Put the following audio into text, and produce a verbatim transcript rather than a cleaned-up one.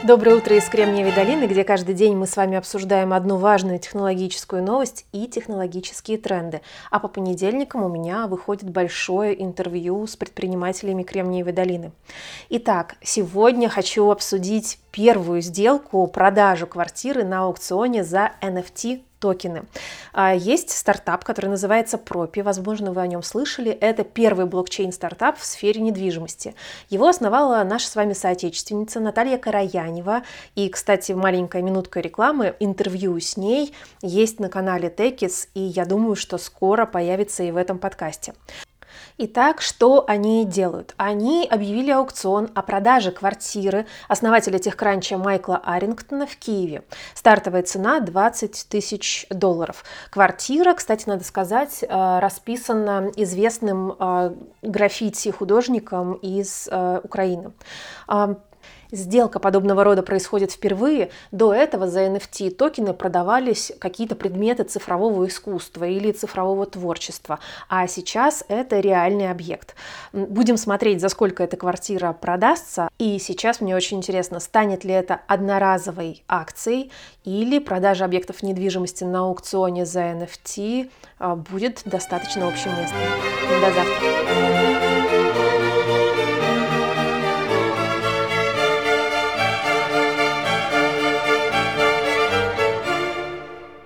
Доброе утро из Кремниевой долины, где каждый день мы с вами обсуждаем одну важную технологическую новость и технологические тренды. А по понедельникам у меня выходит большое интервью с предпринимателями Кремниевой долины. Итак, сегодня хочу обсудить первую сделку продажу квартиры на аукционе за эн эф ти токены. Есть стартап, который называется Пропи, возможно, вы о нем слышали. Это первый блокчейн-стартап в сфере недвижимости. Его основала наша с вами соотечественница Наталья Караянева. И, кстати, маленькая минутка рекламы, интервью с ней есть на канале Techis, и я думаю, что скоро появится и в этом подкасте. Итак, что они делают? Они объявили аукцион о продаже квартиры основателя техкранча Майкла Арингтона в Киеве. Стартовая цена двадцать тысяч долларов. Квартира, кстати, надо сказать, расписана известным граффити-художником из Украины. Сделка подобного рода происходит впервые. До этого за эн эф ти токены продавались какие-то предметы цифрового искусства или цифрового творчества. А сейчас это реальный объект. Будем смотреть, за сколько эта квартира продастся. И сейчас мне очень интересно, станет ли это одноразовой акцией или продажа объектов недвижимости на аукционе за эн эф ти будет достаточно общим местом. До завтра.